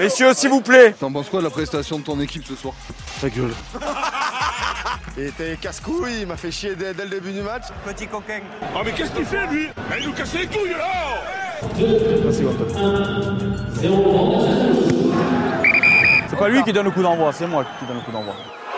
Messieurs, s'il vous plaît. T'en penses quoi de la prestation de ton équipe ce soir? Ta gueule. Il était casse-couille, il m'a fait chier dès le début du match. Petit coquin. Oh mais qu'est-ce qu'il fait lui? Il nous casse les couilles là. Merci, c'est pas lui qui donne le coup d'envoi, c'est moi qui donne le coup d'envoi.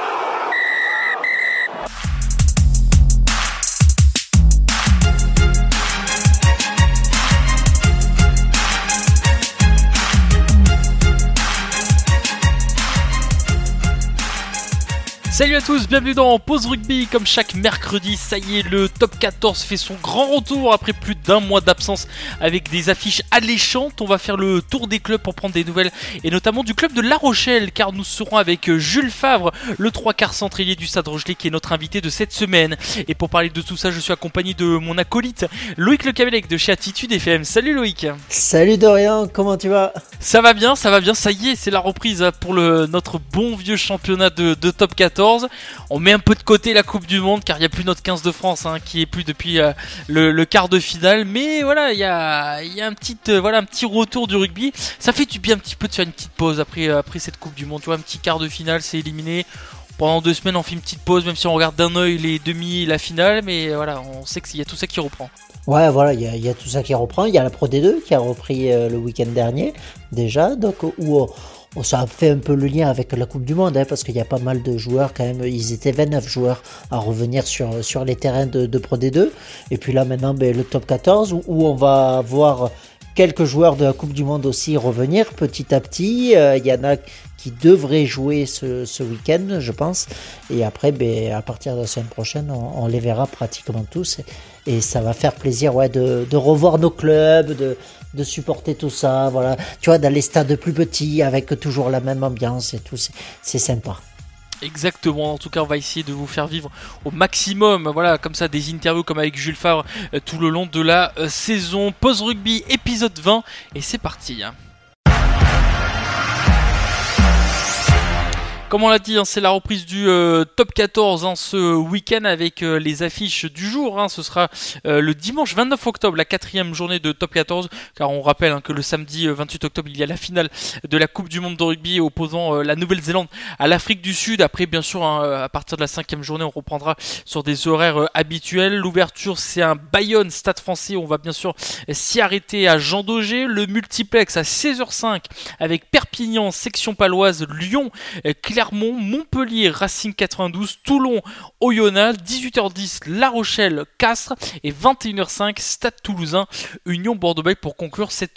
Salut à tous, bienvenue dans Pause Rugby. Comme chaque mercredi, ça y est, le top 14 fait son grand retour après plus d'un mois d'absence avec des affiches alléchantes. On va faire le tour des clubs pour prendre des nouvelles et notamment du club de La Rochelle car nous serons avec Jules Favre, le 3/4 centralier du Stade Rochelet qui est notre invité de cette semaine. Et pour parler de tout ça, je suis accompagné de mon acolyte Loïc Le Cabellec de chez Attitude FM. Salut Loïc. Salut Dorian, comment tu vas? Ça va bien, ça y est, c'est la reprise pour notre bon vieux championnat de top 14. On met un peu de côté la Coupe du Monde car il n'y a plus notre 15 de France qui est plus depuis le quart de finale. Mais voilà, il y a un petit retour du rugby. Ça fait du bien un petit peu de faire une petite pause après cette Coupe du Monde. Tu vois, un petit quart de finale, c'est éliminé. Pendant 2 semaines, on fait une petite pause, même si on regarde d'un œil les demi et la finale. Mais voilà, on sait qu'il y a tout ça qui reprend. Ouais, voilà, il y a tout ça qui reprend. Il y a la Pro D2 qui a repris le week-end dernier déjà, donc où ça a fait un peu le lien avec la Coupe du Monde, parce qu'il y a pas mal de joueurs quand même. Ils étaient 29 joueurs à revenir sur les terrains de Pro D2. Et puis là maintenant, le top 14 où on va voir quelques joueurs de la Coupe du Monde aussi revenir petit à petit. Il y en a qui devraient jouer ce week-end, je pense. Et après, à partir de la semaine prochaine, on les verra pratiquement tous. Et ça va faire plaisir de revoir nos clubs, de supporter tout ça. Voilà. Tu vois, dans les stades plus petits, avec toujours la même ambiance et tout, c'est sympa. Exactement, en tout cas on va essayer de vous faire vivre au maximum, voilà, comme ça des interviews comme avec Jules Favre tout le long de la saison. Pause Rugby épisode 20 et c'est parti. Comme on l'a dit, c'est la reprise du top 14 ce week-end avec les affiches du jour. Ce sera le dimanche 29 octobre, la 4e journée de top 14. Car on rappelle que le samedi 28 octobre, il y a la finale de la Coupe du Monde de rugby opposant la Nouvelle-Zélande à l'Afrique du Sud. Après, bien sûr, à partir de la 5e journée, on reprendra sur des horaires habituels. L'ouverture, c'est un Bayonne Stade Français. On va bien sûr s'y arrêter à Jean Daugé. Le multiplex à 16h05 avec Perpignan, section paloise, Lyon, Clermont, Montpellier, Racing 92, Toulon, Oyonnax, 18h10, La Rochelle, Castres et 21h05, Stade Toulousain, Union Bordeaux-Bègles pour conclure cette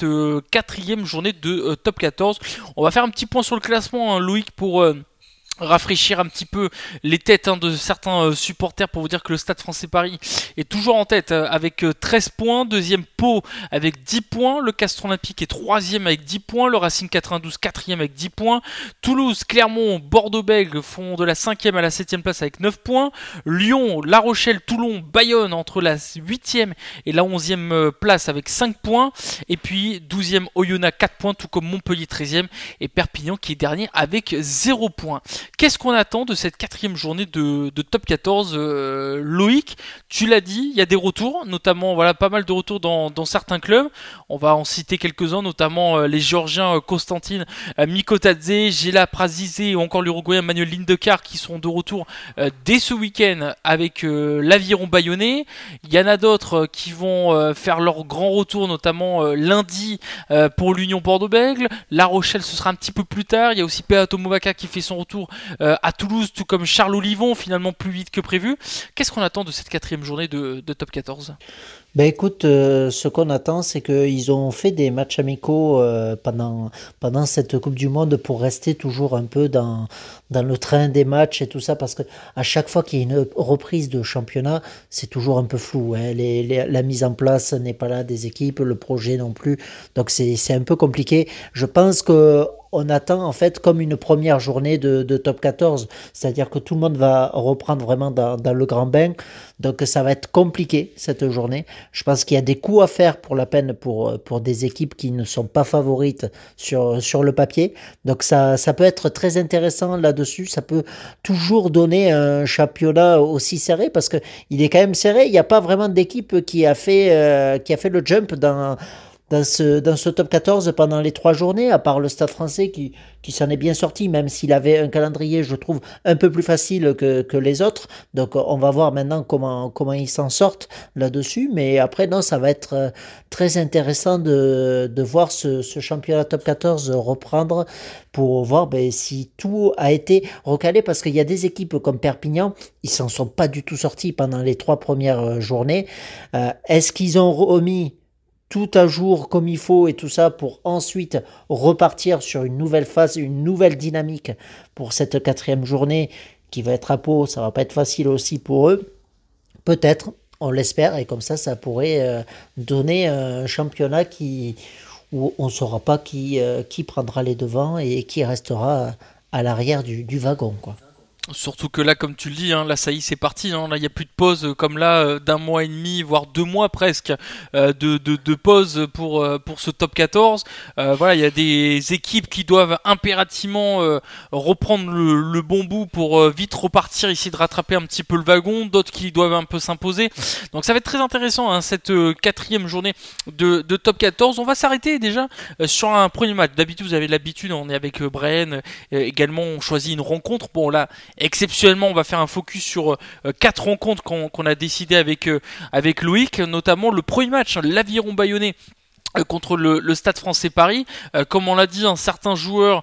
4e journée de top 14. On va faire un petit point sur le classement, Loïc, pour rafraîchir un petit peu les têtes de certains supporters pour vous dire que le Stade Français Paris est toujours en tête avec 13 points, deuxième Pau avec 10 points, le Castres Olympique est 3e avec 10 points, le Racing 92 4e avec 10 points, Toulouse, Clermont, Bordeaux-Bègles font de la 5e à la 7e place avec 9 points, Lyon, La Rochelle, Toulon, Bayonne entre la 8e et la 11e place avec 5 points, et puis 12e Oyonnax 4 points, tout comme Montpellier 13e et Perpignan qui est dernier avec 0 points. Qu'est-ce qu'on attend de cette 4e journée de top 14, Loïc? Tu l'as dit, il y a des retours, notamment pas mal de retours dans certains clubs. On va en citer quelques-uns, notamment les Géorgiens Constantine Mikotadze, Gela Prazizé ou encore l'Uruguayen Manuel Lindekar qui sont de retour dès ce week-end avec l'Aviron Bayonnais. Il y en a d'autres qui vont faire leur grand retour, notamment lundi pour l'Union Bordeaux-Bègles. La Rochelle, ce sera un petit peu plus tard. Il y a aussi Peato Movaca qui fait son retour à Toulouse, tout comme Charles Olivon, finalement plus vite que prévu. Qu'est-ce qu'on attend de cette 4e journée de top 14 ? Écoute, ce qu'on attend, c'est qu'ils ont fait des matchs amicaux pendant cette Coupe du Monde pour rester toujours un peu dans le train des matchs et tout ça, parce que à chaque fois qu'il y a une reprise de championnat, c'est toujours un peu flou. La mise en place n'est pas là des équipes, le projet non plus, donc c'est un peu compliqué. Je pense que on attend en fait comme une première journée de top 14, c'est-à-dire que tout le monde va reprendre vraiment dans le grand bain, donc ça va être compliqué cette journée. Je pense qu'il y a des coups à faire pour la peine pour des équipes qui ne sont pas favorites sur le papier, donc ça peut être très intéressant là-dessus. Ça peut toujours donner un championnat aussi serré, parce que il est quand même serré. Il n'y a pas vraiment d'équipe qui a fait le jump dans ce top 14 pendant les 3 journées, à part le Stade Français qui s'en est bien sorti, même s'il avait un calendrier, je trouve, un peu plus facile que les autres. Donc on va voir maintenant comment ils s'en sortent là-dessus. Mais après, non, ça va être très intéressant de voir ce championnat top 14 reprendre pour voir si tout a été recalé, parce qu'il y a des équipes comme Perpignan, ils s'en sont pas du tout sortis pendant les 3 premières journées. Est-ce qu'ils ont remis tout à jour comme il faut et tout ça pour ensuite repartir sur une nouvelle phase, une nouvelle dynamique pour cette 4e journée qui va être à Pau? Ça va pas être facile aussi pour eux. Peut-être, on l'espère, et comme ça pourrait donner un championnat où on ne saura pas qui prendra les devants et qui restera à l'arrière du wagon, quoi. Surtout que là, comme tu le dis, là ça y est, c'est parti. Là, il n'y a plus de pause comme là d'un mois et demi, voire 2 mois presque de pause pour ce top 14. Voilà, il y a des équipes qui doivent impérativement reprendre le bon bout pour vite repartir, essayer de rattraper un petit peu le wagon. D'autres qui doivent un peu s'imposer. Donc ça va être très intéressant cette 4e journée de top 14. On va s'arrêter déjà sur un premier match. D'habitude, vous avez l'habitude, on est avec Brian également, on choisit une rencontre. Bon là, exceptionnellement, on va faire un focus sur 4 rencontres qu'on a décidé avec Loïc, notamment le premier match, l'Aviron Bayonnais contre le Stade Français Paris. Comme on l'a dit, certains joueurs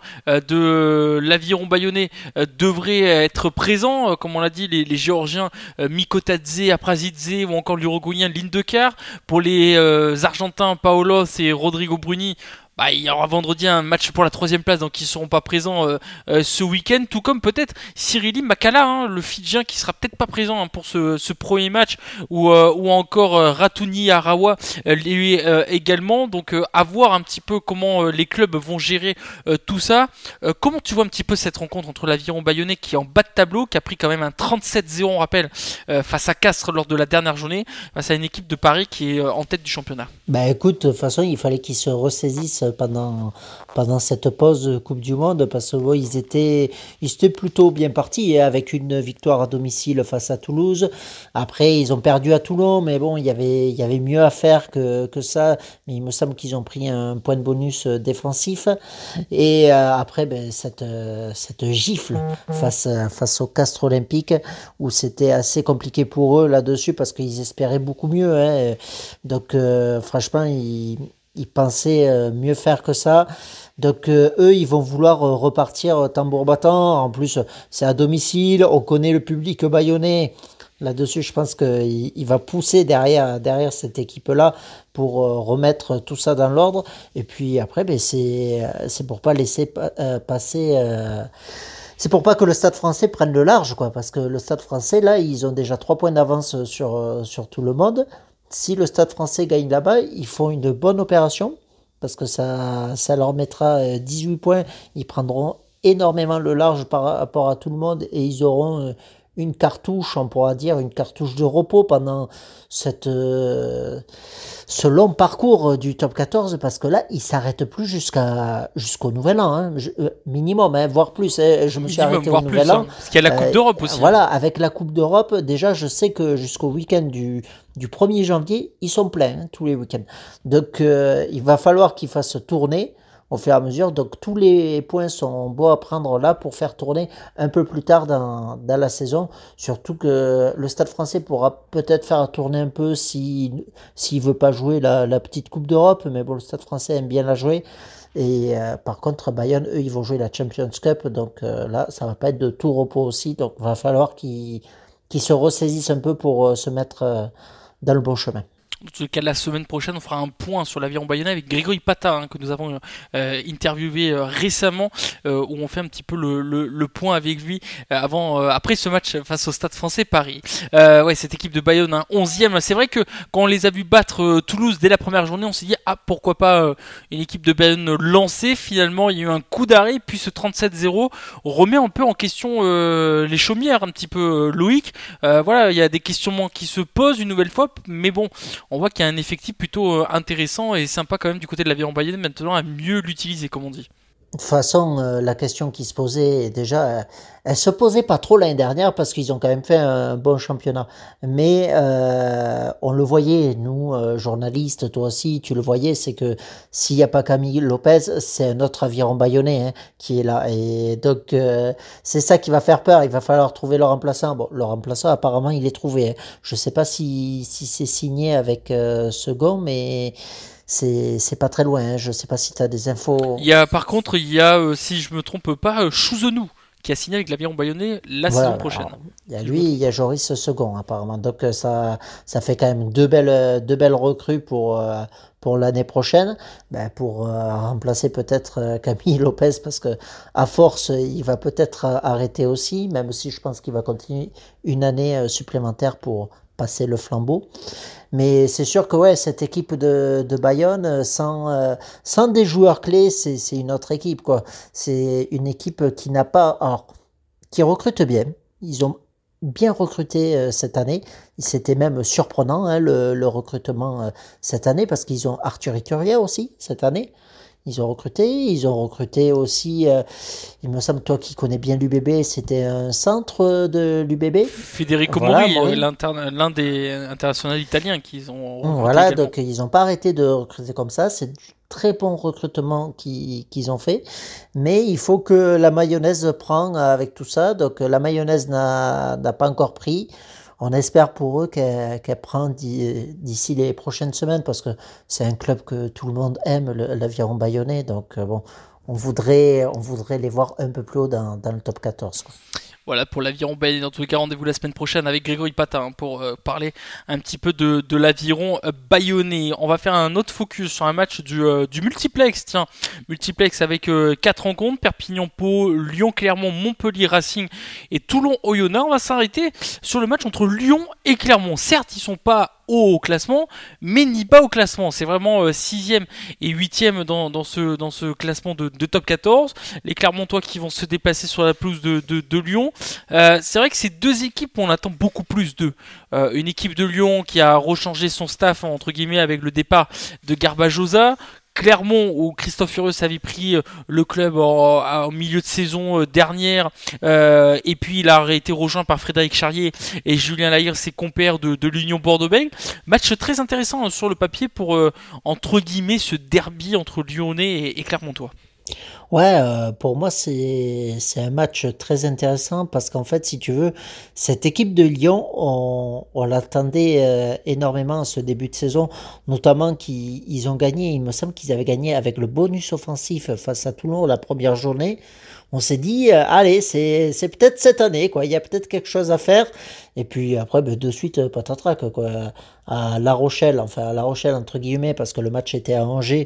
de l'Aviron Bayonnais devraient être présents. Comme on l'a dit, les Géorgiens Mikotadze, Aprazidze ou encore l'Uruguayen Lindekar. Pour les Argentins Paolos et Rodrigo Bruni, il y aura vendredi un match pour la 3e place, donc ils ne seront pas présents ce week-end, tout comme peut-être Cyrili Makala, le Fidjien, qui sera peut-être pas présent pour ce premier match, ou encore Ratouni Arawa lui également. Donc à voir un petit peu comment les clubs vont gérer tout ça. Comment tu vois un petit peu cette rencontre entre l'Aviron Bayonnais, qui est en bas de tableau, qui a pris quand même un 37-0, on rappelle, face à Castres lors de la dernière journée, face à une équipe de Paris qui est en tête du championnat? Écoute, de toute façon, il fallait qu'ils se ressaisissent pendant cette pause Coupe du Monde, parce que ils étaient plutôt bien partis, avec une victoire à domicile face à Toulouse. Après, ils ont perdu à Toulon, mais bon, il y avait mieux à faire que ça. Mais il me semble qu'ils ont pris un point de bonus défensif. Et après, cette gifle face au Castres Olympique, où c'était assez compliqué pour eux là-dessus, parce qu'ils espéraient beaucoup mieux. Donc, franchement, ils pensaient mieux faire que ça. Donc eux, ils vont vouloir repartir tambour battant. En plus, c'est à domicile. On connaît le public bayonnais. Là-dessus, je pense qu'il va pousser derrière cette équipe-là pour remettre tout ça dans l'ordre. Et puis après, c'est pour pas laisser passer... C'est pour pas que le Stade Français prenne le large, quoi. Parce que le Stade Français, là, ils ont déjà 3 points d'avance sur tout le monde. Si le Stade Français gagne là-bas, ils font une bonne opération, parce que ça leur mettra 18 points. Ils prendront énormément le large par rapport à tout le monde, et ils auront une cartouche, on pourra dire, une cartouche de repos pendant ce long parcours du top 14, parce que là, il ne s'arrête plus jusqu'au Nouvel An, minimum, voire plus. Je me suis arrêté au Nouvel An. Parce qu'il y a la Coupe d'Europe aussi. Voilà, avec la Coupe d'Europe, déjà, je sais que jusqu'au week-end du 1er janvier, ils sont pleins, tous les week-ends. Donc, il va falloir qu'ils fassent tourner au fur et à mesure. Donc tous les points sont beaux à prendre là pour faire tourner un peu plus tard dans la saison. Surtout que le Stade Français pourra peut-être faire tourner un peu s'il veut pas jouer la petite Coupe d'Europe. Mais bon, le Stade Français aime bien la jouer. Et par contre, Bayonne, eux, ils vont jouer la Champions Cup. Donc là, ça va pas être de tout repos aussi. Donc il va falloir qu'ils se ressaisissent un peu pour se mettre dans le bon chemin. Dans tous les cas, la semaine prochaine, on fera un point sur l'Aviron Bayonnais avec Grégory Pata, que nous avons interviewé récemment, où on fait un petit peu le point avec lui après ce match face au Stade Français Paris. Cette équipe de Bayonne, 11e. C'est vrai que quand on les a vus battre Toulouse dès la première journée, on s'est dit pourquoi pas une équipe de Bayonne lancée. Finalement, il y a eu un coup d'arrêt, puis ce 37-0 remet un peu en question les chaumières, un petit peu, Loïc. Il y a des questionnements qui se posent une nouvelle fois, mais bon, on voit qu'il y a un effectif plutôt intéressant et sympa quand même du côté de l'Aviron Bayonnais maintenant à mieux l'utiliser, comme on dit. toute façon, la question qui se posait, déjà, elle se posait pas trop l'année dernière parce qu'ils ont quand même fait un bon championnat. Mais on le voyait, nous, journalistes, toi aussi, tu le voyais, c'est que s'il n'y a pas Camille Lopez, c'est un autre aviron bayonnais qui est là. Et donc, c'est ça qui va faire peur. Il va falloir trouver le remplaçant. Bon, le remplaçant, apparemment, il est trouvé. Je sais pas si c'est signé avec Second, mais c'est pas très loin. Je sais pas si tu as des infos. Par contre, si je me trompe pas, Chouzenou qui a signé avec l'Aviron Bayonnais la saison prochaine. Alors, il y a lui, il y a Joris Second apparemment. Donc ça fait quand même deux belles recrues pour l'année prochaine, pour remplacer peut-être Camille Lopez parce que à force il va peut-être arrêter aussi, même si je pense qu'il va continuer une année supplémentaire pour passer le flambeau. Mais c'est sûr que ouais, cette équipe de Bayonne, sans des joueurs clés, c'est une autre équipe, quoi. C'est une équipe qui n'a pas, alors, qui recrute bien. Ils ont bien recruté cette année. C'était même surprenant, le recrutement cette année, parce qu'ils ont Arthur Ituria aussi cette année. Ils ont recruté aussi, il me semble, toi qui connais bien l'UBB, c'était un centre de l'UBB. Federico Voilà, Mori, l'un des internationaux italiens qu'ils ont recruté. Voilà, également. donc ils n'ont pas arrêté de recruter comme ça. C'est du très bon recrutement qu'ils ont fait. Mais il faut que la mayonnaise prenne avec tout ça. Donc la mayonnaise n'a pas encore pris. On espère pour eux qu'elle prend d'ici les prochaines semaines parce que c'est un club que tout le monde aime, l'Aviron Bayonnais. Donc bon, on voudrait les voir un peu plus haut dans le top 14, quoi. Voilà pour l'Aviron Bayonnais. Dans tous les cas, rendez-vous la semaine prochaine avec Grégory Patin pour parler un petit peu de l'Aviron Bayonnais. On va faire un autre focus sur un match du multiplex. Tiens, multiplex avec 4 rencontres: Perpignan-Pau, Lyon-Clermont, Montpellier-Racing et Toulon-Oyonnax. On va s'arrêter sur le match entre Lyon et Clermont. Certes, ils sont pas haut au classement, mais ni bas au classement. C'est vraiment 6e et 8e dans ce classement de top 14. Les Clermontois qui vont se déplacer sur la pelouse de Lyon. C'est vrai que ces deux équipes, on attend beaucoup plus d'eux. Une équipe de Lyon qui a rechangé son staff, entre guillemets, avec le départ de Garbajosa. Clermont, où Christophe Furios avait pris le club au milieu de saison dernière, et puis il a été rejoint par Frédéric Charrier et Julien Lahire, ses compères de l'Union Bordeaux-Bègles. Match très intéressant sur le papier pour, entre guillemets, ce derby entre Lyonnais et Clermontois. Ouais, pour moi, c'est un match très intéressant parce qu'en fait, si tu veux, cette équipe de Lyon, on l'attendait énormément à ce début de saison, notamment qu'ils ont gagné, il me semble qu'ils avaient gagné avec le bonus offensif face à Toulon la première journée. On s'est dit, allez, c'est peut-être cette année, quoi. Il y a peut-être quelque chose à faire. Et puis après, de suite, patatrac, quoi. À La Rochelle, entre guillemets, parce que le match était à Angers,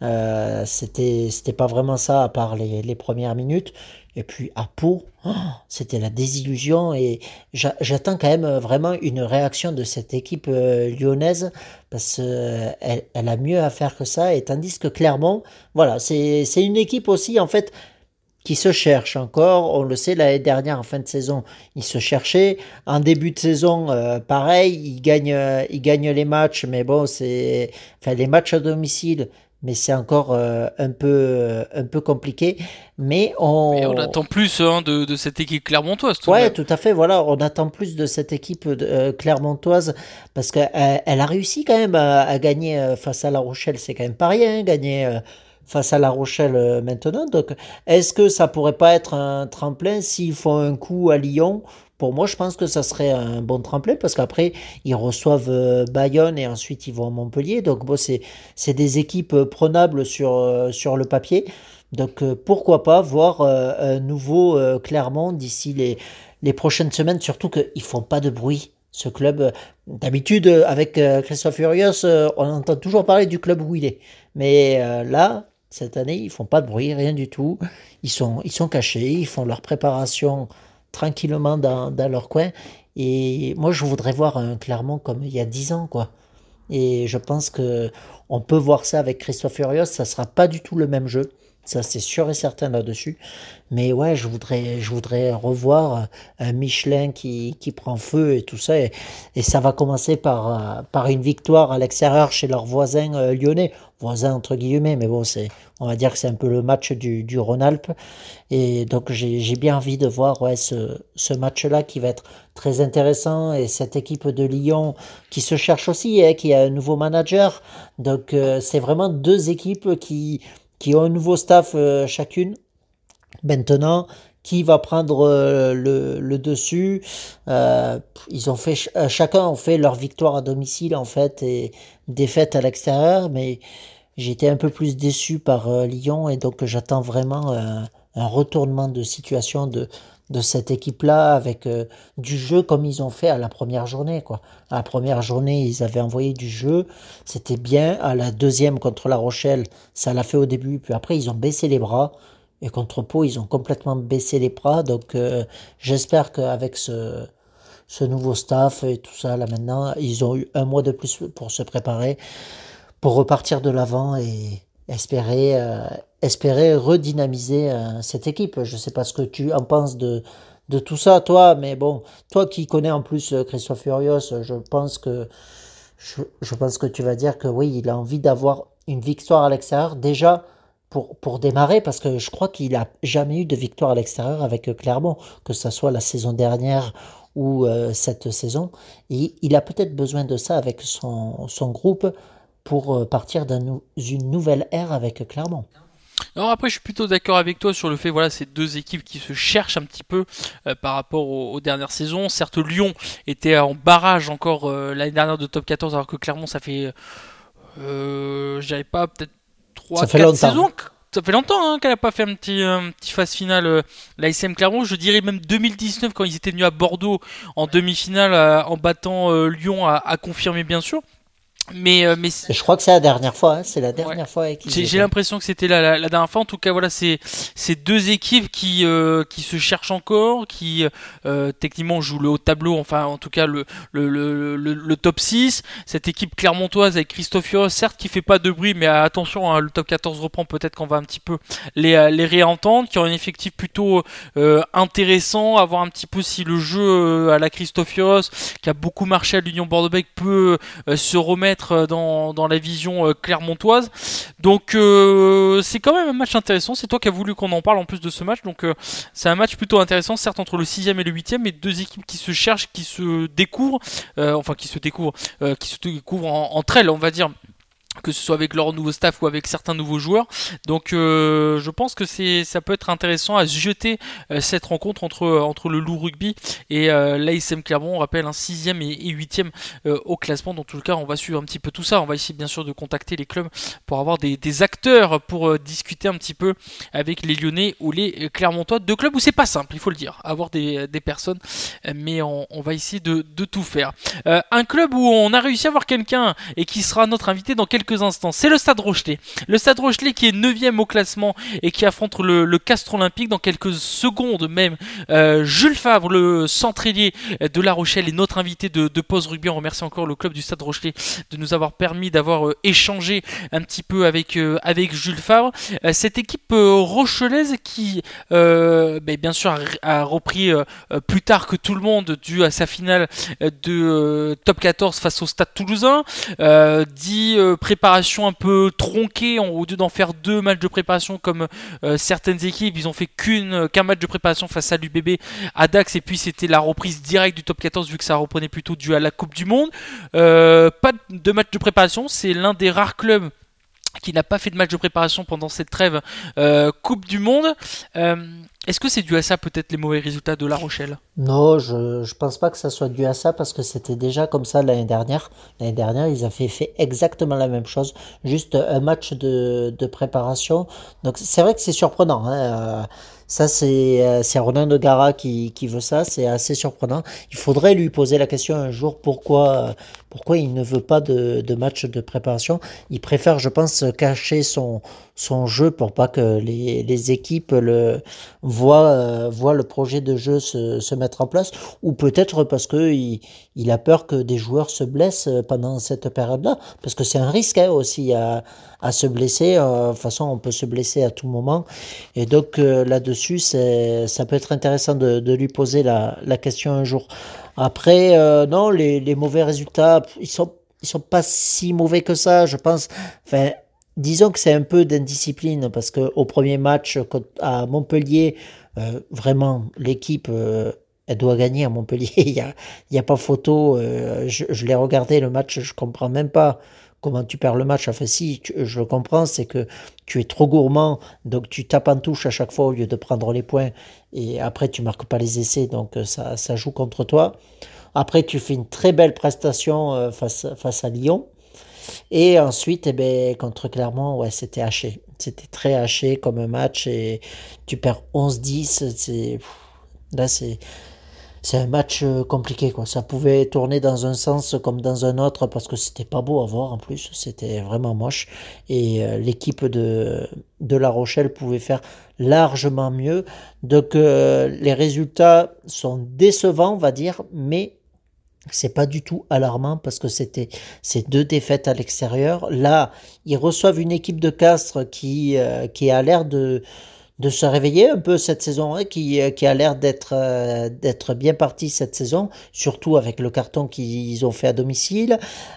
c'était pas vraiment ça, à part les premières minutes. Et puis à Pau, c'était la désillusion. Et j'attends quand même vraiment une réaction de cette équipe lyonnaise, parce qu'elle a mieux à faire que ça. Et tandis que Clermont, voilà, c'est une équipe aussi, en fait, qui se cherche encore. On le sait, l'année dernière, en fin de saison, ils se cherchaient. En début de saison, pareil, ils gagnent les matchs, mais bon, les matchs à domicile, mais c'est encore un peu compliqué. Mais on attend plus de cette équipe clermontoise. Ouais, tout à fait. Voilà, on attend plus de cette équipe clermontoise parce qu'elle a réussi quand même à gagner face à La Rochelle. C'est quand même pas rien, gagner face à La Rochelle maintenant. Donc, est-ce que ça pourrait pas être un tremplin s'ils font un coup à Lyon? Pour moi, je pense que ça serait un bon tremplin parce qu'après, ils reçoivent Bayonne et ensuite ils vont à Montpellier. Donc, bon, c'est des équipes prenables sur le papier. Donc, pourquoi pas voir un nouveau Clermont d'ici les prochaines semaines, surtout qu'ils font pas de bruit. Ce club, d'habitude, avec Christophe Furios, on entend toujours parler du club où il est. Mais là, cette année, ils font pas de bruit, rien du tout. Ils sont cachés, ils font leur préparation tranquillement dans leur coin. Et moi, je voudrais voir un Clermont comme il y a 10 ans, quoi. Et je pense que on peut voir ça avec Christophe Furios. Ça sera pas du tout le même jeu. Ça, c'est sûr et certain là-dessus. Mais ouais, je voudrais revoir un Michelin qui prend feu et tout ça. Et ça va commencer par une victoire à l'extérieur chez leurs voisins lyonnais. Voisins entre guillemets, mais bon, on va dire que c'est un peu le match du Rhône-Alpes. Et donc, j'ai bien envie de voir ce match-là qui va être très intéressant. Et cette équipe de Lyon qui se cherche aussi, qui a un nouveau manager. Donc, c'est vraiment deux équipes qui ont un nouveau staff chacune. Maintenant, qui va prendre le dessus? Ils ont fait chacun ont fait leur victoire à domicile en fait et défaite à l'extérieur, mais j'étais un peu plus déçu par Lyon et donc j'attends vraiment un retournement de situation de cette équipe-là avec du jeu comme ils ont fait à la première journée, quoi. À la première journée, ils avaient envoyé du jeu, c'était bien. À la deuxième contre La Rochelle, ça l'a fait au début, puis après ils ont baissé les bras. Et contre Pau, ils ont complètement baissé les bras. Donc j'espère qu'avec ce nouveau staff et tout ça, là maintenant, ils ont eu un mois de plus pour se préparer, pour repartir de l'avant et espérer redynamiser cette équipe. Je sais pas ce que tu en penses de tout ça, toi, mais bon, toi qui connais en plus Christophe Furios, je pense que tu vas dire que oui, il a envie d'avoir une victoire à l'extérieur déjà pour démarrer, parce que je crois qu'il a jamais eu de victoire à l'extérieur avec Clermont, que ce soit la saison dernière ou cette saison. Et il a peut-être besoin de ça avec son groupe pour partir une nouvelle ère avec Clermont. Alors après, je suis plutôt d'accord avec toi sur le fait, voilà, ces deux équipes qui se cherchent un petit peu par rapport aux dernières saisons. Certes, Lyon était en barrage encore l'année dernière de top 14, alors que Clermont, ça fait, je dirais pas, peut-être 3-4 saisons. Ça fait longtemps qu'elle n'a pas fait un petit phase finale, l'ASM Clermont. Je dirais même 2019, quand ils étaient venus à Bordeaux en demi-finale en battant Lyon, a confirmé bien sûr. Mais je crois que c'est la dernière fois, hein. C'est la dernière fois avec j'ai l'impression que c'était la dernière fois. En tout cas, voilà, c'est deux équipes qui se cherchent encore, qui techniquement jouent le haut de tableau, enfin en tout cas le top 6. Cette équipe clermontoise avec Christophe Furios, certes qui fait pas de bruit, mais attention, le top 14 reprend, peut-être qu'on va un petit peu les réentendre, qui ont un effectif plutôt intéressant, à voir un petit peu si le jeu à la Christophe Furios, qui a beaucoup marché à l'Union Bordeaux-Bègles, peut se remettre dans la vision clermontoise. Donc c'est quand même un match intéressant. C'est toi qui as voulu qu'on en parle en plus de ce match. Donc c'est un match plutôt intéressant, certes entre le 6e et le 8e, mais deux équipes qui se cherchent, qui se découvrent, qui se découvrent entre elles, on va dire, que ce soit avec leur nouveau staff ou avec certains nouveaux joueurs. Donc je pense que ça peut être intéressant à se jeter cette rencontre entre le Loup Rugby et l'ASM Clermont. On rappelle 6e et 8e au classement. Donc en tout cas, on va suivre un petit peu tout ça. On va essayer bien sûr de contacter les clubs pour avoir des acteurs pour discuter un petit peu avec les Lyonnais ou les Clermontois. Deux clubs où c'est pas simple, il faut le dire, avoir des personnes, mais on va essayer de tout faire. Un club où on a réussi à avoir quelqu'un et qui sera notre invité dans quelques instants, c'est le Stade Rochelais. Le Stade Rochelais qui est 9e au classement et qui affronte le Castres Olympique dans quelques secondes même. Jules Favre, le centre-ailier de La Rochelle, est notre invité de Pause Rugby. On remercie encore le club du Stade Rochelais de nous avoir permis d'avoir échangé un petit peu avec Jules Favre. Cette équipe rochelaise qui bien sûr a repris plus tard que tout le monde dû à sa finale de top 14 face au Stade Toulousain. Préparation un peu tronquée, au lieu d'en faire 2 matchs de préparation comme certaines équipes, ils ont fait qu'un match de préparation face à l'UBB à Dax, et puis c'était la reprise directe du top 14 vu que ça reprenait plutôt dû à la Coupe du Monde. Pas de match de préparation, c'est l'un des rares clubs qui n'a pas fait de match de préparation pendant cette trêve Coupe du Monde. Est-ce que c'est dû à ça, peut-être, les mauvais résultats de La Rochelle ? Non, je pense pas que ça soit dû à ça, parce que c'était déjà comme ça l'année dernière. L'année dernière, ils avaient fait exactement la même chose, juste un match de préparation. Donc c'est vrai que c'est surprenant, hein. Ça, c'est Ronan de Gara qui veut ça, c'est assez surprenant. Il faudrait lui poser la question un jour pourquoi il ne veut pas de match de préparation. Il préfère, je pense, cacher son jeu pour pas que les équipes voient le projet de jeu se mettre en place, ou peut-être parce que il a peur que des joueurs se blessent pendant cette période-là, parce que c'est un risque, hein, aussi à à se blesser. De toute façon, on peut se blesser à tout moment. Et donc là-dessus, ça peut être intéressant de lui poser la question un jour. Après, non, les mauvais résultats, ils sont pas si mauvais que ça, je pense. Enfin, disons que c'est un peu d'indiscipline parce que au premier match à Montpellier, vraiment, l'équipe, elle doit gagner à Montpellier. Il y a pas photo. Je l'ai regardé le match, je comprends même pas comment tu perds le match. Enfin, si, je le comprends, c'est que tu es trop gourmand, donc tu tapes en touche à chaque fois au lieu de prendre les points. Et après, tu marques pas les essais, donc ça joue contre toi. Après, tu fais une très belle prestation face à Lyon. Et ensuite, eh ben, contre Clermont, ouais, c'était haché. C'était très haché comme un match et tu perds 11-10. Là, c'est un match compliqué, quoi. Ça pouvait tourner dans un sens comme dans un autre parce que c'était pas beau à voir en plus. C'était vraiment moche. Et l'équipe de La Rochelle pouvait faire largement mieux. Donc, les résultats sont décevants, on va dire, mais c'est pas du tout alarmant parce que c'était ces deux défaites à l'extérieur. Là, ils reçoivent une équipe de Castres qui a l'air de se réveiller un peu cette saison, hein, qui a l'air d'être bien parti cette saison, surtout avec le carton qu'ils ont fait à domicile.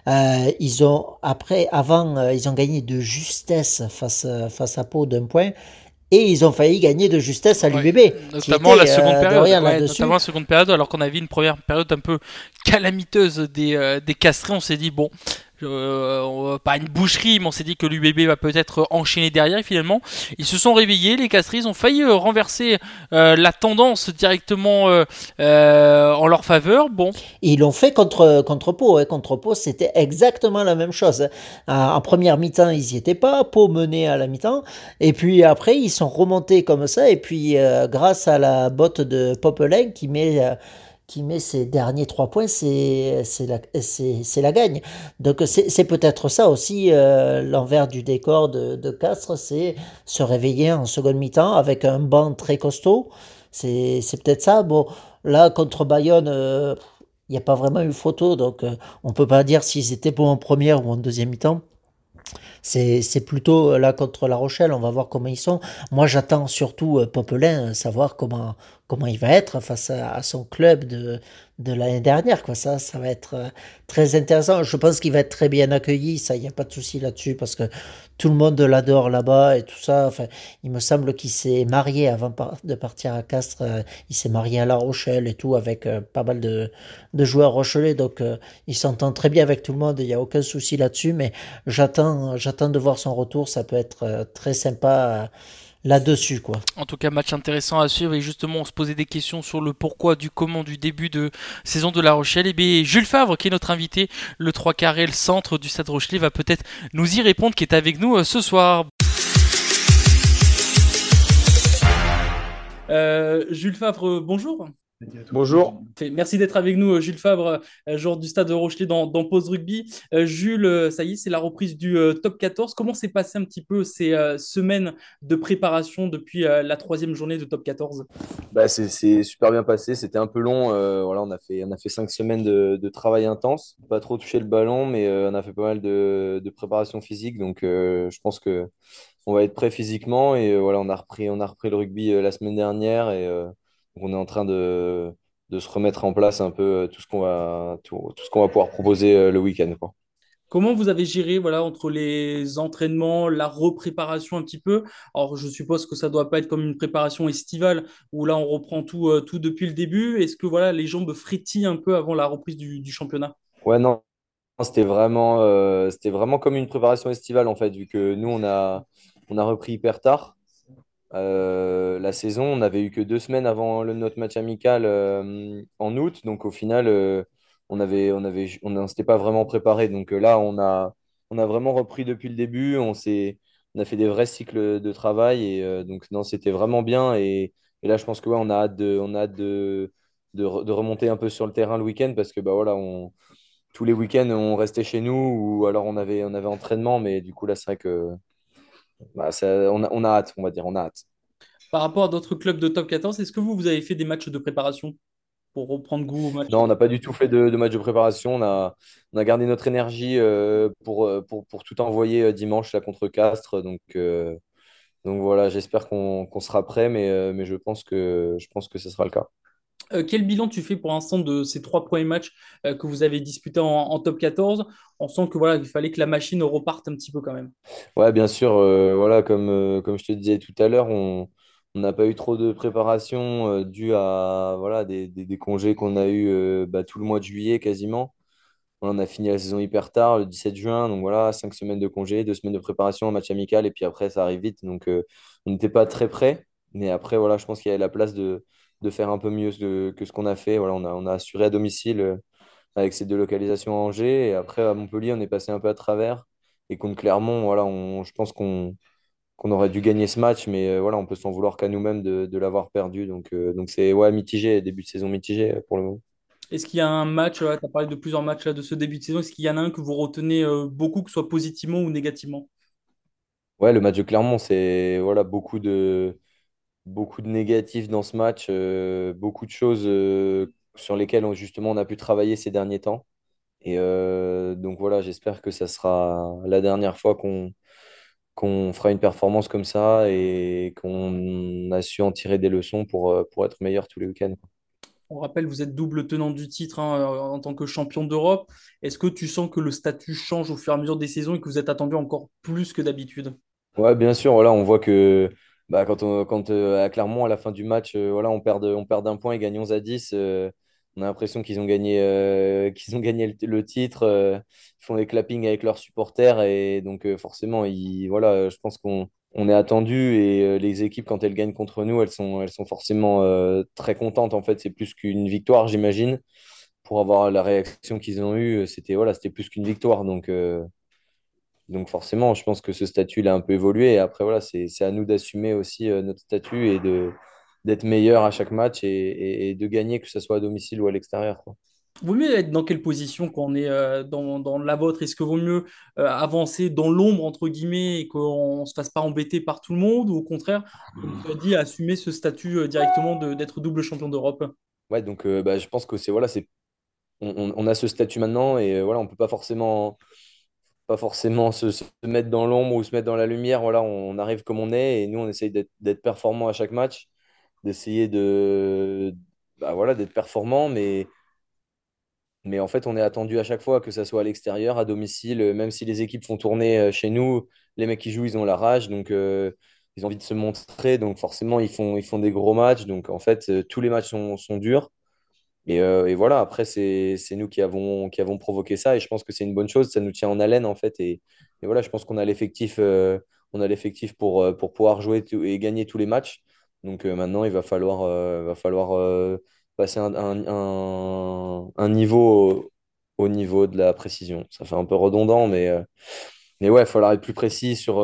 Ils ont gagné de justesse face à Pau d'un point. Et ils ont failli gagner de justesse à Ouais, l'UBB, qui notamment était la seconde de période. rien Ouais, là-dessus. notamment la seconde période, alors qu'on avait une première période un peu calamiteuse des Castrés. On s'est dit, bon, pas une boucherie, mais on s'est dit que l'UBB va peut-être enchaîner derrière. Et finalement, ils se sont réveillés, les Castrés. Ils ont failli renverser la tendance directement en leur faveur. Bon, Et ils l'ont fait contre Pau. Hein. Contre Pau, c'était exactement la même chose. Hein. En première mi-temps, ils n'y étaient pas. Pau menait à la mi-temps. Et puis après, ils sont remontés comme ça. Et puis, grâce à la botte de Popelin qui met ses derniers 3 points, c'est la gagne. Donc c'est peut-être ça aussi l'envers du décor de Castres, c'est se réveiller en seconde mi-temps avec un banc très costaud. C'est peut-être ça. Bon, là, contre Bayonne, il n'y a pas vraiment eu photo, donc on peut pas dire s'ils étaient bons en première ou en deuxième mi-temps. C'est plutôt là contre La Rochelle, on va voir comment ils sont. Moi, j'attends surtout Popelin, savoir comment il va être face à son club de l'année dernière, quoi. Ça va être très intéressant. Je pense qu'il va être très bien accueilli, ça, il n'y a pas de souci là-dessus, parce que tout le monde l'adore là-bas et tout ça. Enfin, il me semble qu'il s'est marié avant de partir à Castres. Il s'est marié à La Rochelle et tout, avec pas mal de joueurs rochelais, donc il s'entend très bien avec tout le monde, il n'y a aucun souci là-dessus, mais j'attends de voir son retour. Ça peut être très sympa là-dessus, quoi. en tout cas, match intéressant à suivre. Et justement, on se posait des questions sur le pourquoi, du comment, du début de saison de La Rochelle. Et bien, Jules Favre, qui est notre invité, le 3 carré, le centre du Stade Rochelet, va peut-être nous y répondre, qui est avec nous ce soir. Jules Favre, bonjour. Bonjour. Merci d'être avec nous, Jules Favre, joueur du Stade de Rochelet dans Pause Rugby. Jules, ça y est, c'est la reprise du Top 14. Comment s'est passé un petit peu ces semaines de préparation depuis la troisième journée de Top 14? Bah, c'est super bien passé. C'était un peu long. Voilà, on a fait 5 semaines de travail intense. Pas trop touché le ballon, mais on a fait pas mal de préparation physique. Donc, je pense que on va être prêt physiquement. Et voilà, on a repris le rugby la semaine dernière. Et donc on est en train de se remettre en place un peu tout ce qu'on va pouvoir proposer le week-end, quoi. Comment vous avez géré voilà, entre les entraînements, la repréparation un petit peu? Alors, je suppose que ça doit pas être comme une préparation estivale où là, on reprend tout depuis le début. Est-ce que voilà, les jambes frétillent un peu avant la reprise du championnat? Ouais, non, c'était vraiment comme une préparation estivale en fait, vu que nous, on a repris hyper tard. La saison, on n'avait eu que 2 semaines avant notre match amical en août, donc au final, on s'était pas vraiment préparé. Donc là, on a vraiment repris depuis le début. On a fait des vrais cycles de travail et donc non, c'était vraiment bien. Et là, je pense que ouais, on a hâte de remonter un peu sur le terrain le week-end parce que bah voilà, tous les week-ends, on restait chez nous ou alors on avait entraînement, mais du coup là, c'est vrai que bah, on a hâte, on va dire, on a hâte. Par rapport à d'autres clubs de top 14, est-ce que vous avez fait des matchs de préparation? pour reprendre goût au match? Non, on n'a pas du tout fait de match de préparation. On a gardé notre énergie pour tout envoyer dimanche là, contre Castres. Donc voilà, j'espère qu'on sera prêt, mais je pense que ce sera le cas. Quel bilan tu fais pour l'instant de ces trois premiers matchs que vous avez disputés en top 14? On sent que voilà, il fallait que la machine reparte un petit peu quand même. Ouais, bien sûr, voilà, comme je te disais tout à l'heure, on n'a pas eu trop de préparation dû à voilà, des congés qu'on a eu tout le mois de juillet quasiment. On a fini la saison hyper tard, le 17 juin, donc voilà, 5 semaines de congés, 2 semaines de préparation, un match amical, et puis après, ça arrive vite. Donc, on n'était pas très prêts. Mais après, voilà, je pense qu'il y avait la place de faire un peu mieux que ce qu'on a fait. Voilà, on a assuré à domicile avec ces deux localisations à Angers. Et après, à Montpellier, on est passé un peu à travers. Et contre Clermont, voilà, je pense qu'on aurait dû gagner ce match, mais voilà, on peut s'en vouloir qu'à nous-mêmes de l'avoir perdu. Donc c'est ouais, mitigé, début de saison mitigé pour le moment. Est-ce qu'il y a un match, tu as parlé de plusieurs matchs là, de ce début de saison, est-ce qu'il y en a un que vous retenez beaucoup, que ce soit positivement ou négativement? Ouais, le match de Clermont, c'est voilà, beaucoup de négatifs dans ce match, beaucoup de choses sur lesquelles justement on a pu travailler ces derniers temps. Et donc voilà, j'espère que ça sera la dernière fois qu'on fera une performance comme ça et qu'on a su en tirer des leçons pour être meilleur tous les week-ends. On rappelle, vous êtes double tenant du titre hein, en tant que champion d'Europe. Est-ce que tu sens que le statut change au fur et à mesure des saisons et que vous êtes attendu encore plus que d'habitude? Ouais, bien sûr, voilà, on voit que quand à Clermont, à la fin du match, voilà, on perd d'un point et gagne 11-10. On a l'impression qu'ils ont gagné le titre. Ils font des clappings avec leurs supporters et donc forcément, voilà, je pense qu'on est attendu et les équipes, quand elles gagnent contre nous, elles sont forcément très contentes. En fait, c'est plus qu'une victoire, j'imagine. Pour avoir la réaction qu'ils ont eue, c'était plus qu'une victoire. Donc forcément, je pense que ce statut il a un peu évolué. Et après, voilà, c'est à nous d'assumer aussi notre statut et d'être meilleur à chaque match et de gagner, que ce soit à domicile ou à l'extérieur, quoi. Vaut mieux être dans quelle position quand on est dans la vôtre? Est-ce que vaut mieux avancer dans l'ombre, entre guillemets, et qu'on ne se fasse pas embêter par tout le monde, ou au contraire, comme tu as dit, assumer ce statut directement d'être double champion d'Europe? Ouais, donc je pense que voilà, on a ce statut maintenant et voilà, on peut pas forcément se mettre dans l'ombre ou se mettre dans la lumière. Voilà, on arrive comme on est et nous, on essaye d'être performant à chaque match, d'essayer voilà, d'être performant, mais en fait, on est attendu à chaque fois, que ça soit à l'extérieur, à domicile, même si les équipes font tourner chez nous, les mecs qui jouent, ils ont la rage, donc ils ont envie de se montrer, donc forcément, ils font des gros matchs, donc en fait, tous les matchs sont durs. Et voilà, après, c'est nous qui avons provoqué ça, et je pense que c'est une bonne chose, ça nous tient en haleine, en fait, et voilà, je pense qu'on a l'effectif pour pouvoir jouer et gagner tous les matchs. Donc maintenant, il va falloir passer un niveau au niveau de la précision. Ça fait un peu redondant, mais ouais, il va falloir être plus précis sur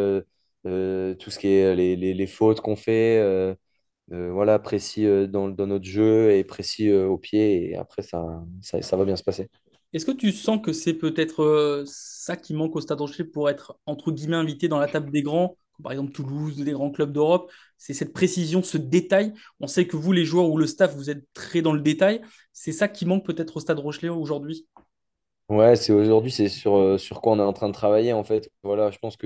tout ce qui est les fautes qu'on fait. Voilà, précis dans notre jeu et précis au pied. Et après, ça va bien se passer. Est-ce que tu sens que c'est peut-être ça qui manque au Stade Rochelet pour être, entre guillemets, invité dans la table des grands, comme par exemple Toulouse, des grands clubs d'Europe? C'est cette précision, ce détail. On sait que vous, les joueurs ou le staff, vous êtes très dans le détail. C'est ça qui manque peut-être au Stade Rochelet aujourd'hui? Ouais, aujourd'hui, c'est sur quoi on est en train de travailler, en fait. Voilà, je pense que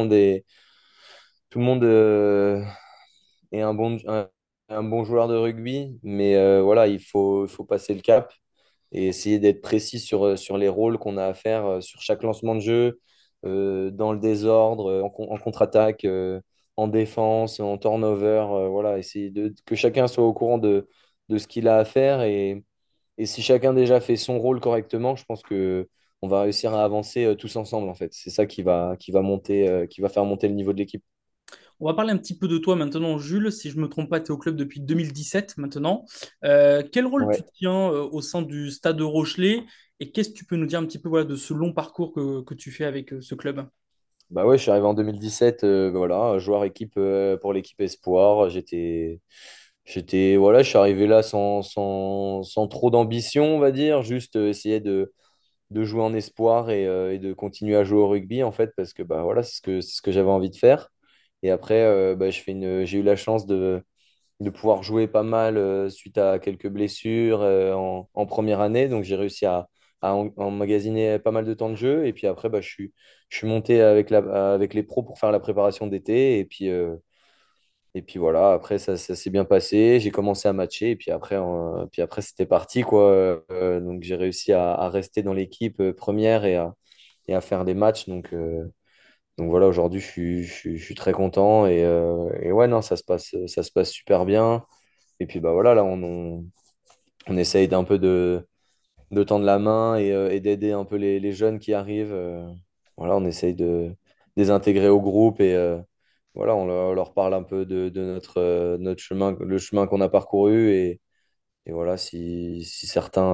tout le monde est un bon joueur de rugby, mais voilà, il faut passer le cap et essayer d'être précis sur les rôles qu'on a à faire sur chaque lancement de jeu, dans le désordre, en contre-attaque, en défense, en turnover. Voilà, essayer que chacun soit au courant de ce qu'il a à faire. Et si chacun déjà fait son rôle correctement, je pense que on va réussir à avancer tous ensemble, en fait. C'est ça qui va monter, qui va faire monter le niveau de l'équipe. On va parler un petit peu de toi maintenant, Jules. Si je ne me trompe pas, tu es au club depuis 2017 maintenant. Quel rôle tu Ouais. tiens au sein du Stade de Rochelet et qu'est-ce que tu peux nous dire un petit peu voilà, de ce long parcours que tu fais avec ce club? Bah ouais, je suis arrivé en 2017, voilà, joueur équipe pour l'équipe Espoir. Voilà, je suis arrivé là sans trop d'ambition, on va dire, juste essayer de jouer en espoir et de continuer à jouer au rugby, en fait, parce que voilà, c'est ce que j'avais envie de faire. Et après, j'ai eu la chance de pouvoir jouer pas mal suite à quelques blessures en première année. Donc j'ai réussi à emmagasiner pas mal de temps de jeu. Et puis après, bah, je suis monté avec les pros pour faire la préparation d'été. Et puis voilà, après ça s'est bien passé. J'ai commencé à matcher. Et puis après c'était parti, quoi. Donc j'ai réussi à rester dans l'équipe première et à faire des matchs. Donc voilà, aujourd'hui, je suis très content et ouais, non, ça se passe super bien. Et puis bah voilà, là, on essaye d'un peu de tendre la main et d'aider un peu les jeunes qui arrivent. Voilà, on essaye de les intégrer au groupe et voilà, on leur parle un peu de notre chemin, le chemin qu'on a parcouru et voilà, si certains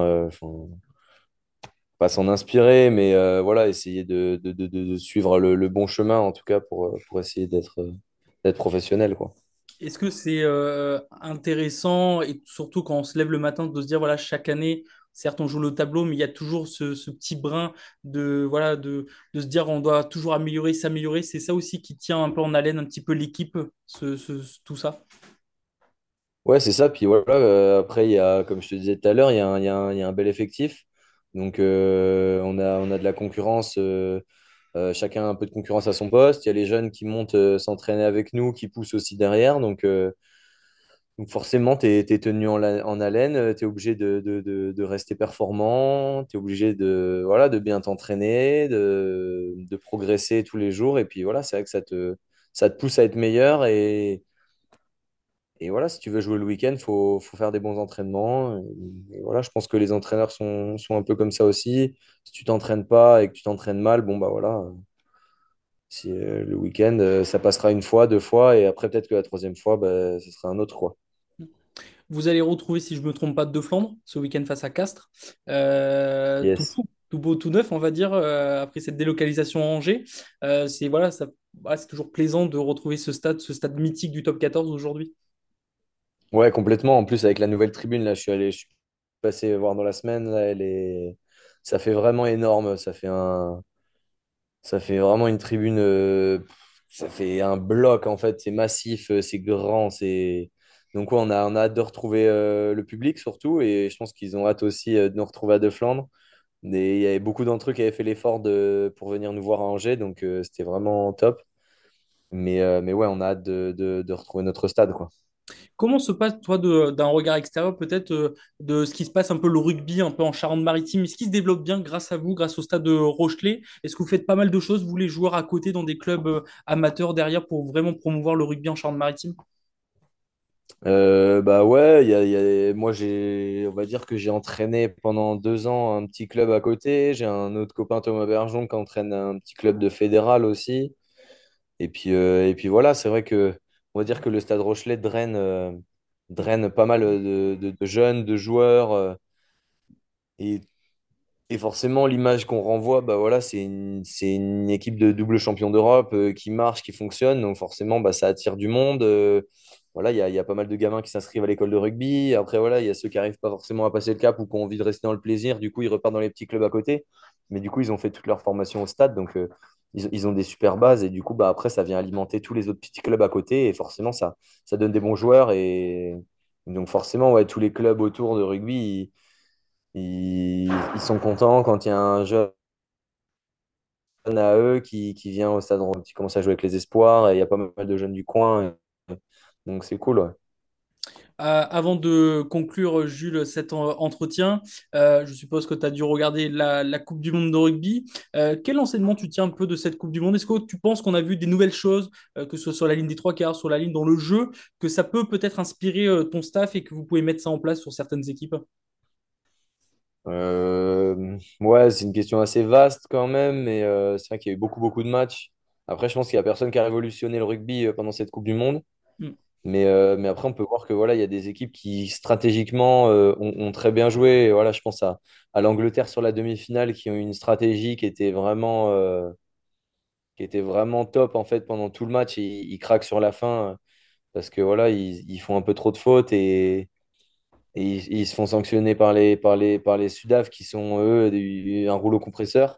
pas s'en inspirer, mais voilà, essayer de suivre le bon chemin, en tout cas, pour essayer d'être professionnel, quoi. Est-ce que c'est intéressant et surtout quand on se lève le matin de se dire voilà chaque année certes on joue le tableau mais il y a toujours ce petit brin de voilà de se dire on doit toujours améliorer s'améliorer c'est ça aussi qui tient un peu en haleine un petit peu l'équipe tout ça. Ouais, c'est ça. Puis voilà, après, comme je te disais tout à l'heure, il y a un bel effectif. Donc, on a de la concurrence, chacun a un peu de concurrence à son poste. Il y a les jeunes qui montent s'entraîner avec nous, qui poussent aussi derrière. Donc forcément, tu es tenu en haleine, tu es obligé de rester performant, tu es obligé voilà, de bien t'entraîner, de progresser tous les jours. Et puis voilà, c'est vrai que ça te pousse à être meilleur. Et voilà, si tu veux jouer le week-end, faut faire des bons entraînements. Et voilà, je pense que les entraîneurs sont un peu comme ça aussi. Si tu t'entraînes pas et que tu t'entraînes mal, bon, bah voilà, si, le week-end, ça passera une fois, deux fois, et après, peut-être que la troisième fois, bah, ce sera un autre, quoi. Vous allez retrouver si je ne me trompe pas De Flandre ce week-end face à Castres. Tout Yes. fou, tout beau, tout neuf on va dire après cette délocalisation à Angers. C'est voilà, c'est toujours plaisant de retrouver ce stade mythique du top 14 aujourd'hui. Ouais, complètement. En plus, avec la nouvelle tribune, là, je suis passé voir dans la semaine, là, ça fait vraiment énorme. Ça fait vraiment une tribune, ça fait un bloc, en fait. C'est massif, c'est grand, Donc, ouais, on a hâte de retrouver le public, surtout. Et je pense qu'ils ont hâte aussi de nous retrouver à De Flandre. Et il y avait beaucoup d'entre eux qui avaient fait l'effort pour venir nous voir à Angers, donc c'était vraiment top. Mais ouais, on a hâte de retrouver notre stade, quoi. Comment se passe, toi, d'un regard extérieur, peut-être, de ce qui se passe un peu le rugby, un peu en Charente-Maritime? Est-ce qu'il se développe bien grâce à vous, grâce au stade de Rochelet? Est-ce que vous faites pas mal de choses, vous, les joueurs à côté, dans des clubs amateurs derrière, pour vraiment promouvoir le rugby en Charente-Maritime? Bah ouais, moi on va dire que j'ai entraîné pendant 2 ans un petit club à côté. J'ai un autre copain Thomas Bergeon qui entraîne un petit club de fédéral aussi. Et puis voilà, c'est vrai que on va dire que le Stade Rochelet draine pas mal de jeunes, de joueurs. Et, et forcément, l'image qu'on renvoie, bah voilà, c'est une équipe de double champion d'Europe qui marche, qui fonctionne. Donc forcément, bah, ça attire du monde. Voilà, il y a pas mal de gamins qui s'inscrivent à l'école de rugby. Après, voilà, il y a ceux qui n'arrivent pas forcément à passer le cap ou qui ont envie de rester dans le plaisir. Du coup, ils repartent dans les petits clubs à côté. Mais du coup, ils ont fait toute leur formation au stade. Donc, ils ont des super bases. Et du coup, bah, après, ça vient alimenter tous les autres petits clubs à côté. Et forcément, ça donne des bons joueurs. Et donc, forcément, ouais, tous les clubs autour de rugby, ils sont contents quand il y a un jeune à eux qui vient au stade, qui commence à jouer avec les espoirs. Et il y a pas mal de jeunes du coin. Donc, c'est cool, ouais. Avant de conclure, Jules, cet entretien, je suppose que tu as dû regarder la Coupe du Monde de rugby. Quel enseignement tu tiens un peu de cette Coupe du Monde? Est-ce que tu penses qu'on a vu des nouvelles choses, que ce soit sur la ligne des trois quarts, sur la ligne dans le jeu, que ça peut peut-être inspirer ton staff et que vous pouvez mettre ça en place sur certaines équipes? Ouais, c'est une question assez vaste quand même, mais c'est vrai qu'il y a eu beaucoup de matchs. Après, je pense qu'il n'y a personne qui a révolutionné le rugby pendant cette Coupe du Monde. Mm. Mais après, on peut voir que voilà, il y a des équipes qui stratégiquement ont très bien joué. Et voilà, je pense à l'Angleterre sur la demi-finale qui ont eu une stratégie qui était vraiment top en fait pendant tout le match. Et ils craquent sur la fin parce que voilà, ils font un peu trop de fautes et ils se font sanctionner par les Sudaf qui sont eux un rouleau compresseur.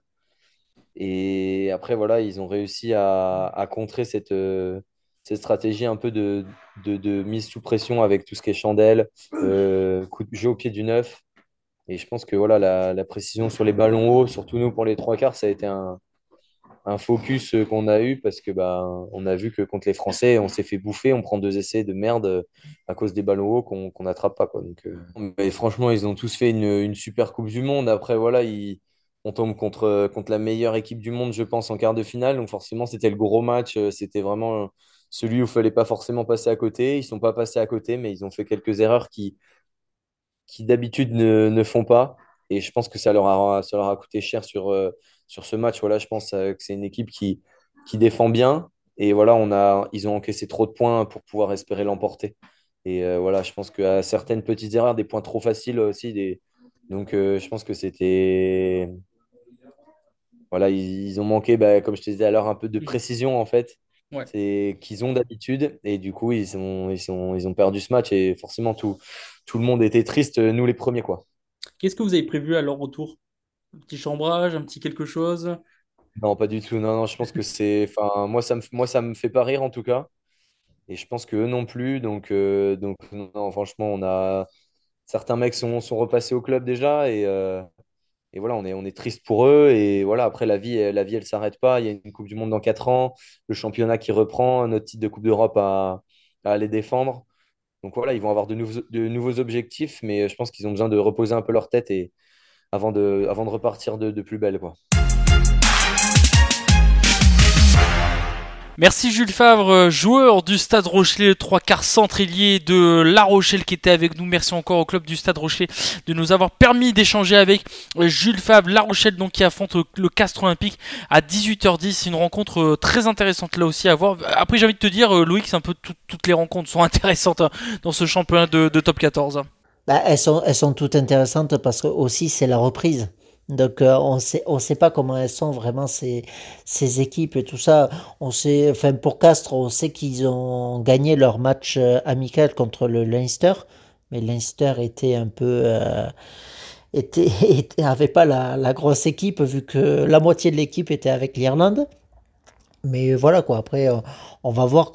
Et après, voilà, ils ont réussi à contrer cette stratégie un peu de mise sous pression avec tout ce qui est chandelle, coup de jeu au pied du neuf. Et je pense que voilà, la précision sur les ballons hauts, surtout nous pour les trois quarts, ça a été un focus qu'on a eu parce que bah, on a vu que contre les Français, on s'est fait bouffer, on prend 2 essais de merde à cause des ballons hauts qu'on n'attrape pas, quoi. Donc, mais franchement, ils ont tous fait une super Coupe du Monde. Après, voilà, on tombe contre la meilleure équipe du monde, je pense, en quart de finale. Donc forcément, c'était le gros match. C'était vraiment celui où il fallait pas forcément passer à côté. Ils sont pas passés à côté, mais ils ont fait quelques erreurs qui d'habitude ne font pas. Et je pense que ça leur a coûté cher sur ce match. Voilà, je pense que c'est une équipe qui défend bien. Et voilà, ils ont encaissé trop de points pour pouvoir espérer l'emporter. Et voilà, je pense qu'à certaines petites erreurs, des points trop faciles aussi. Donc, je pense que c'était. Voilà, ils ont manqué, bah, comme je te disais alors, un peu de précision en fait. Ouais. C'est qu'ils ont d'habitude. Et du coup, ils ont perdu ce match. Et forcément, tout le monde était triste, nous les premiers, quoi. Qu'est-ce que vous avez prévu à leur retour? Un petit chambrage, un petit quelque chose? Non, pas du tout. Non, non, je pense que c'est. Enfin, moi, ça me fait pas rire en tout cas. Et je pense que eux non plus. Donc non, franchement, certains mecs sont repassés au club déjà. Et voilà, on est triste pour eux. Et voilà, après, la vie, elle s'arrête pas. Il y a une Coupe du Monde dans 4 ans, le championnat qui reprend, notre titre de Coupe d'Europe à aller défendre. Donc voilà, ils vont avoir de nouveaux objectifs, mais je pense qu'ils ont besoin de reposer un peu leur tête et avant de repartir de plus belle, quoi. Merci Jules Favre, joueur du Stade Rochelais, le 3/4 centre ailier de La Rochelle qui était avec nous. Merci encore au club du Stade Rochelais de nous avoir permis d'échanger avec Jules Favre. La Rochelle donc qui affronte le Castres Olympique à 18h10. C'est une rencontre très intéressante là aussi à voir. Après j'ai envie de te dire Loïc, c'est un peu toutes les rencontres sont intéressantes dans ce championnat de top 14. Bah, elles sont toutes intéressantes parce que aussi c'est la reprise. Donc on sait pas comment elles sont vraiment ces équipes et tout ça. On sait, enfin pour Castres, on sait qu'ils ont gagné leur match amical contre le Leinster, mais Leinster était un peu avait pas la grosse équipe vu que la moitié de l'équipe était avec l'Irlande. Mais voilà quoi. Après, on va voir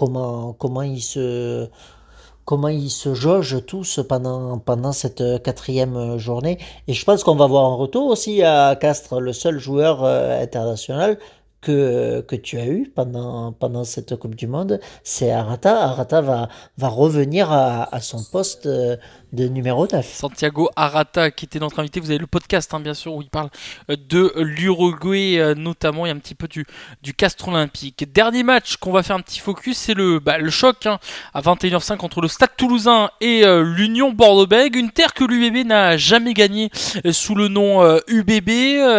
comment ils se jaugent tous pendant cette quatrième journée. Et je pense qu'on va voir un retour aussi à Castres, le seul joueur international que tu as eu pendant cette Coupe du Monde, c'est Arata. Arata va revenir à son poste de numéro 9. Santiago Arata qui était notre invité. Vous avez le podcast bien sûr où il parle de l'Uruguay notamment et un petit peu du Castres Olympique. Dernier match qu'on va faire un petit focus, c'est le choc à 21h05 entre le Stade Toulousain et l'Union Bordeaux-Bègles. Une terre que l'UBB n'a jamais gagnée sous le nom UBB.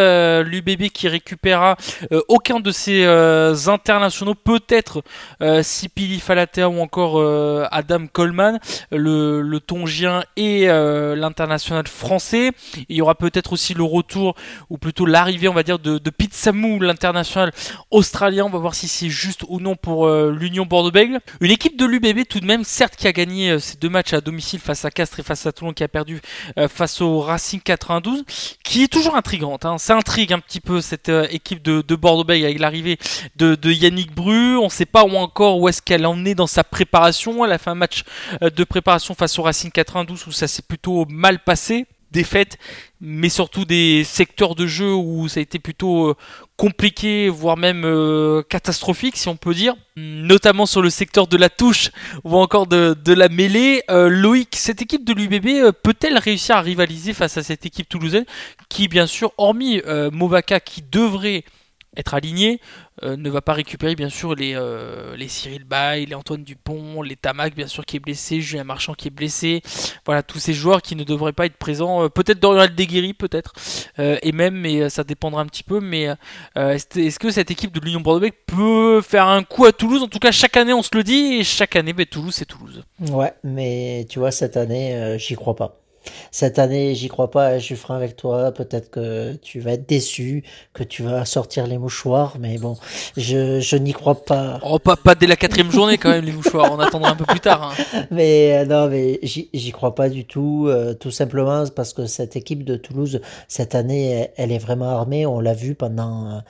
L'UBB qui récupérera aucun de ses internationaux, peut-être Sipili Falatea ou encore Adam Coleman, le Tongien et l'international français. Il y aura peut-être aussi le retour, ou plutôt l'arrivée, on va dire, de Pete Samu, l'international australien. On va voir si c'est juste ou non pour l'Union Bordeaux-Bègles. Une équipe de l'UBB tout de même, certes, qui a gagné ces 2 matchs à domicile face à Castres et face à Toulon, qui a perdu face au Racing 92, qui est toujours intrigante. Ça intrigue un petit peu cette équipe de Bordeaux-Bègles avec l'arrivée de Yannick Bru. On ne sait pas encore où est-ce qu'elle en est dans sa préparation. Elle a fait un match de préparation face au Racing 92 où ça s'est plutôt mal passé. Défaite, mais surtout des secteurs de jeu où ça a été plutôt compliqué, voire même catastrophique si on peut dire, notamment sur le secteur de la touche ou encore de la mêlée. Loïc, cette équipe de l'UBB peut-elle réussir à rivaliser face à cette équipe toulousaine qui, bien sûr, hormis Movaka qui devrait être aligné, ne va pas récupérer bien sûr les Cyril Bay, les Antoine Dupont, les Tamac bien sûr qui est blessé, Julien Marchand qui est blessé, voilà tous ces joueurs qui ne devraient pas être présents, peut-être Dorian Aldeguerri peut-être, et même, mais ça dépendra un petit peu, mais est-ce que cette équipe de l'Union Bordeaux-Bègles peut faire un coup à Toulouse? En tout cas chaque année on se le dit, et chaque année Toulouse c'est Toulouse. Ouais, mais tu vois cette année j'y crois pas. Cette année, j'y crois pas, je suis franc avec toi. Peut-être que tu vas être déçu, que tu vas sortir les mouchoirs, mais bon, je n'y crois pas. Oh, pas dès la 4e journée quand même, les mouchoirs, on attendra un peu plus tard. Mais non, mais j'y crois pas du tout simplement parce que cette équipe de Toulouse, cette année, elle est vraiment armée. On l'a vu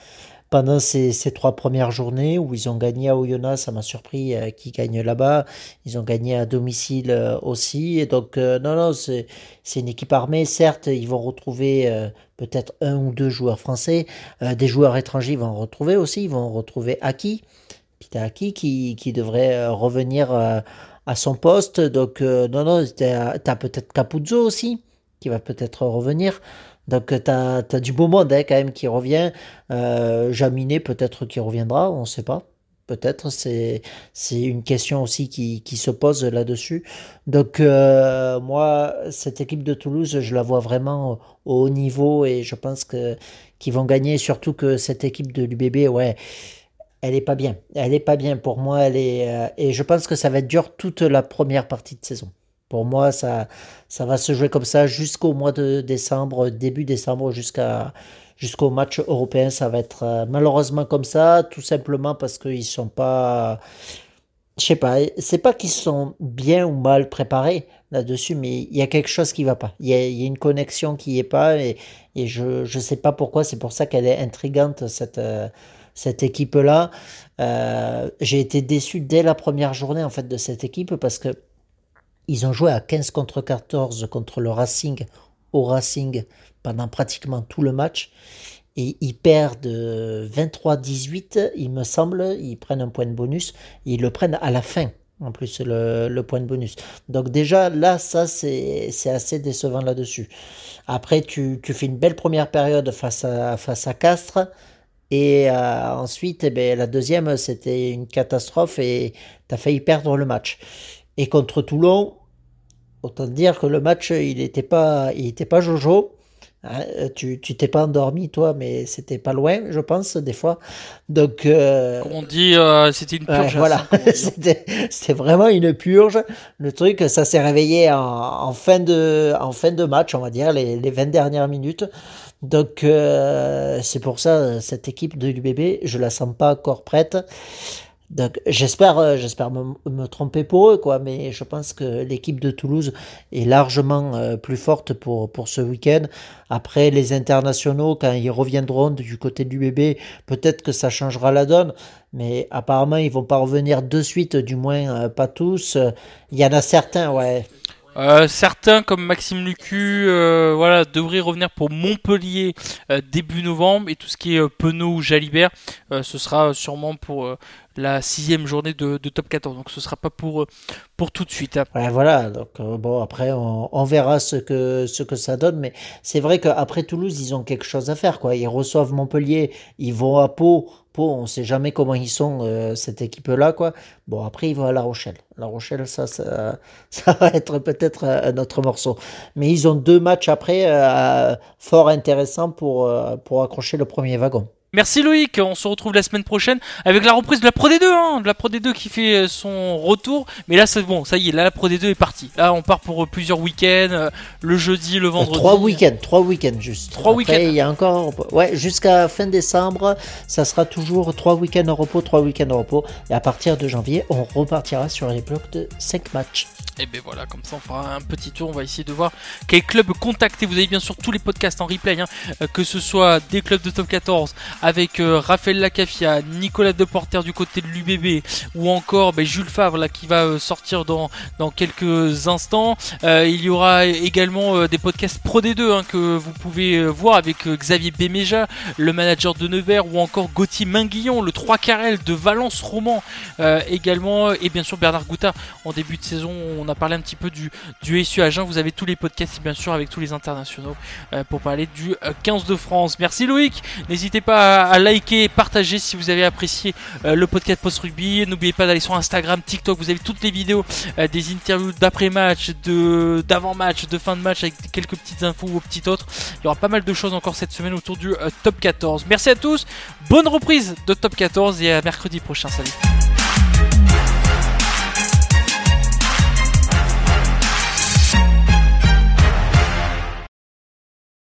pendant ces 3 premières journées où ils ont gagné à Oyonnax, ça m'a surpris qu'ils gagnent là-bas. Ils ont gagné à domicile aussi. Et donc, non, c'est une équipe armée. Certes, ils vont retrouver peut-être 1 ou 2 joueurs français. Des joueurs étrangers, ils vont en retrouver aussi. Ils vont retrouver Aki. Peter Aki qui devrait revenir à son poste. Donc, non, t'as peut-être Capuzzo aussi qui va peut-être revenir. Donc, t'as du beau monde quand même qui revient. Jaminet peut-être qui reviendra, on ne sait pas. Peut-être, c'est une question aussi qui se pose là-dessus. Donc, moi, cette équipe de Toulouse, je la vois vraiment au haut niveau et je pense qu'ils vont gagner. Surtout que cette équipe de l'UBB, ouais, elle est pas bien. Elle est pas bien. Pour moi, et je pense que ça va être dur toute la première partie de saison. Pour moi, ça va se jouer comme ça jusqu'au mois de décembre, début décembre, jusqu'au match européen. Ça va être malheureusement comme ça, tout simplement parce qu'ils sont pas. Je sais pas, c'est pas qu'ils sont bien ou mal préparés là-dessus, mais il y a quelque chose qui va pas. Il y a une connexion qui est pas, et je sais pas pourquoi. C'est pour ça qu'elle est intrigante, cette équipe-là. J'ai été déçu dès la première journée en fait de cette équipe parce que ils ont joué à 15 contre 14 contre le Racing, au Racing, pendant pratiquement tout le match. Et ils perdent 23-18, il me semble. Ils prennent un point de bonus. Et ils le prennent à la fin, en plus, le point de bonus. Donc déjà, là, ça, c'est assez décevant là-dessus. Après, tu fais une belle première période face à Castres. Et ensuite, la deuxième, c'était une catastrophe et tu as failli perdre le match. Et contre Toulon, autant dire que le match, il n'était pas jojo. Hein, tu t'es pas endormi, toi, mais c'était pas loin, je pense, des fois. Donc, Comme on dit, c'était une purge. voilà, c'était vraiment une purge. Le truc, ça s'est réveillé en fin de match, on va dire, les 20 dernières minutes. Donc, c'est pour ça, cette équipe de l'UBB, je la sens pas encore prête. Donc, j'espère me tromper pour eux, quoi, mais je pense que l'équipe de Toulouse est largement plus forte pour ce week-end. Après, les internationaux, quand ils reviendront du côté de l'UBB, peut-être que ça changera la donne, mais apparemment, ils vont pas revenir de suite, du moins pas tous. Il y en a certains, ouais. Certains comme Maxime Lucu devraient revenir pour Montpellier début novembre, et tout ce qui est Penaud ou Jalibert ce sera sûrement pour la 6e journée de top 14, donc ce sera pas pour tout de suite. Ouais, voilà, donc bon, après on verra ce que ça donne, mais c'est vrai qu'après Toulouse ils ont quelque chose à faire, quoi. Ils reçoivent Montpellier, ils vont à Pau, on sait jamais comment ils sont, cette équipe-là, quoi. Bon, après ils vont à La Rochelle. La Rochelle, ça va être peut-être un autre morceau, mais ils ont 2 matchs après fort intéressants pour accrocher le premier wagon. Merci Loïc, on se retrouve la semaine prochaine avec la reprise de la Pro D2, de la Pro D2 qui fait son retour. Mais là c'est bon, ça y est, là la Pro D2 est partie. Là on part pour plusieurs week-ends, le jeudi, le vendredi. 3 week-ends juste. 3 week-ends. Après il y a encore, ouais, jusqu'à fin décembre, ça sera toujours 3 week-ends en repos, 3 week-ends en repos. Et à partir de janvier, on repartira sur les blocs de 5 matchs. Et ben voilà, comme ça on fera un petit tour, on va essayer de voir quel club contacter. Vous avez bien sûr tous les podcasts en replay, que ce soit des clubs de top 14 avec Raphaël Lacafia, Nicolas Deporter du côté de l'UBB, ou encore Jules Favre là, qui va sortir dans quelques instants. Il y aura également des podcasts Pro D2 que vous pouvez voir avec Xavier Béméja, le manager de Nevers, ou encore Gauthier Minguillon, le 3 Carrel de Valence Roman également, et bien sûr Bernard Gouta. En début de saison, on a parlé un petit peu du SU Agen. Vous avez tous les podcasts bien sûr avec tous les internationaux pour parler du 15 de France. Merci Loïc, n'hésitez pas à liker, partager si vous avez apprécié le podcast Post Rugby. N'oubliez pas d'aller sur Instagram, TikTok, vous avez toutes les vidéos des interviews d'après-match, d'avant-match, de fin de match, avec quelques petites infos ou petites autres. Il y aura pas mal de choses encore cette semaine autour du top 14. Merci à tous, bonne reprise de top 14 et à mercredi prochain, salut.